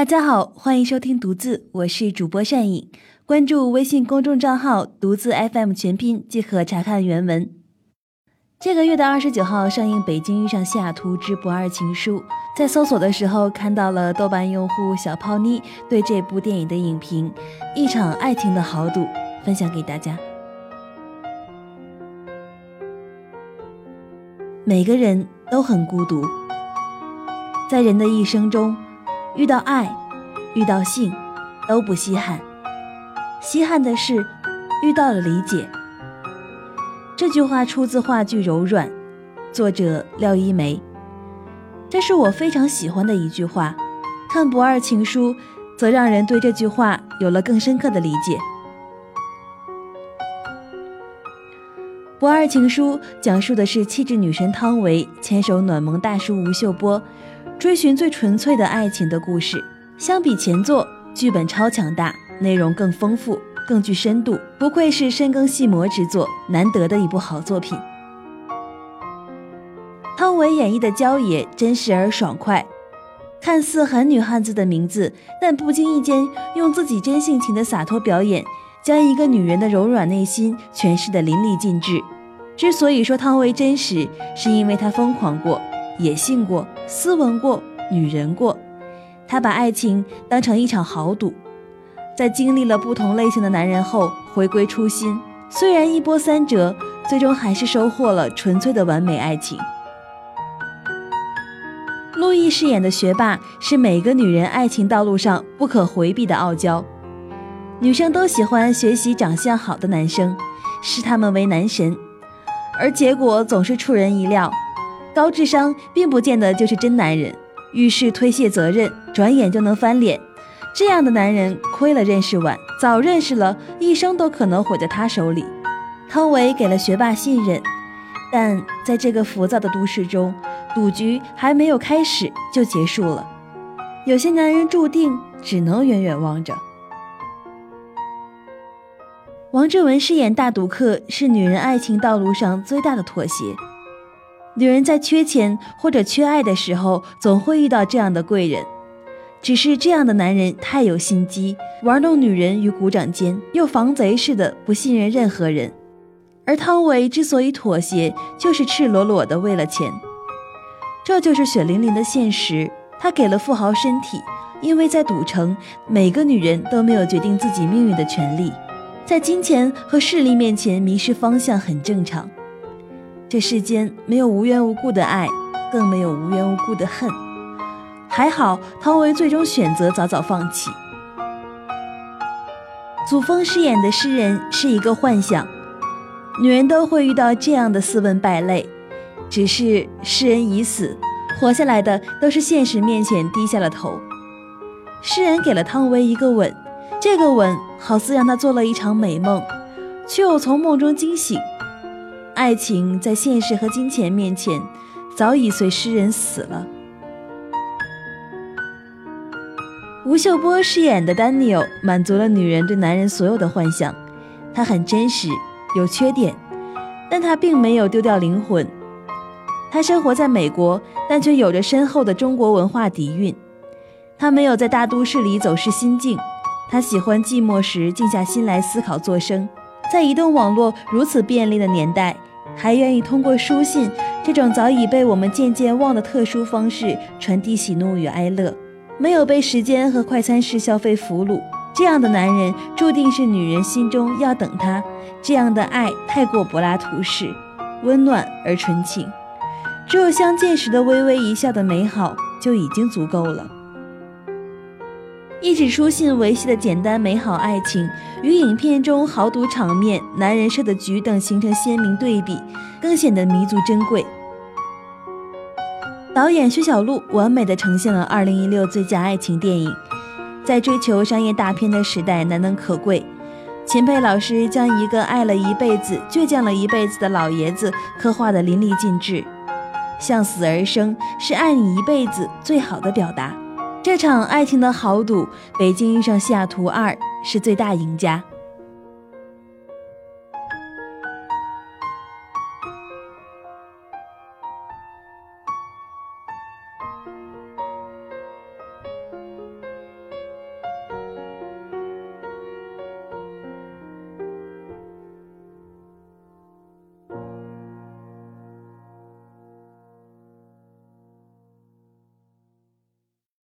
大家好，欢迎收听独自，我是主播善影。关注微信公众账号独自 FM 全拼即可查看原文。这个月的29号上映《北京遇上西雅图之不二情书》，在搜索的时候看到了豆瓣用户小泡妮对这部电影的影评，一场爱情的豪赌，分享给大家。每个人都很孤独，在人的一生中，遇到爱，遇到性，都不稀罕。稀罕的是遇到了理解。这句话出自话剧《柔软》，作者廖一梅。这是我非常喜欢的一句话，看《不二情书》则让人对这句话有了更深刻的理解。《不二情书》讲述的是气质女神汤唯牵手暖萌大叔吴秀波，追寻最纯粹的爱情的故事。相比前作，剧本超强大，内容更丰富，更具深度，不愧是深耕细磨之作，难得的一部好作品。汤唯演绎的娇野真实而爽快，看似很女汉子的名字，但不经意间用自己真性情的洒脱表演，将一个女人的柔软内心诠释得淋漓尽致。之所以说汤唯真实，是因为她疯狂过，野性过，斯文过，女人过。她把爱情当成一场豪赌，在经历了不同类型的男人后回归初心，虽然一波三折，最终还是收获了纯粹的完美爱情。陆毅饰演的学霸是每个女人爱情道路上不可回避的傲娇。女生都喜欢学习长相好的男生，视他们为男神，而结果总是出人意料。高智商并不见得就是真男人，遇事推卸责任，转眼就能翻脸。这样的男人亏了认识晚，早认识了，一生都可能毁在他手里。汤唯给了学霸信任，但在这个浮躁的都市中，赌局还没有开始就结束了。有些男人注定只能远远望着。王志文饰演大赌客，是女人爱情道路上最大的妥协。女人在缺钱或者缺爱的时候，总会遇到这样的贵人，只是这样的男人太有心机，玩弄女人于股掌间，又防贼似的不信任任何人。而汤唯之所以妥协，就是赤裸裸的为了钱。这就是血淋淋的现实，她给了富豪身体，因为在赌城，每个女人都没有决定自己命运的权利。在金钱和势力面前迷失方向很正常。这世间没有无缘无故的爱，更没有无缘无故的恨。还好汤唯最终选择早早放弃。祖峰饰演的诗人是一个幻想，女人都会遇到这样的斯文败类，只是诗人已死，活下来的都是现实面前低下了头。诗人给了汤唯一个吻，这个吻好似让他做了一场美梦，却又从梦中惊醒。爱情在现实和金钱面前，早已随诗人死了。吴秀波饰演的丹尼尔满足了女人对男人所有的幻想，他很真实，有缺点，但他并没有丢掉灵魂。他生活在美国，但却有着深厚的中国文化底蕴。他没有在大都市里走失心境，他喜欢寂寞时静下心来思考作声。在移动网络如此便利的年代，还愿意通过书信这种早已被我们渐渐忘的特殊方式传递喜怒与哀乐，没有被时间和快餐式消费俘虏。这样的男人注定是女人心中要等他，这样的爱太过柏拉图式，温暖而纯情，只有相见时的微微一笑的美好就已经足够了。一纸书信维系的简单美好爱情，与影片中豪赌场面、男人设的局等形成鲜明对比，更显得弥足珍贵。导演薛晓路完美地呈现了2016最佳爱情电影，在追求商业大片的时代难能可贵。秦沛老师将一个爱了一辈子、倔强了一辈子的老爷子刻画得淋漓尽致。向死而生是爱你一辈子最好的表达。这场爱情的豪赌，北京遇上西雅图2是最大赢家。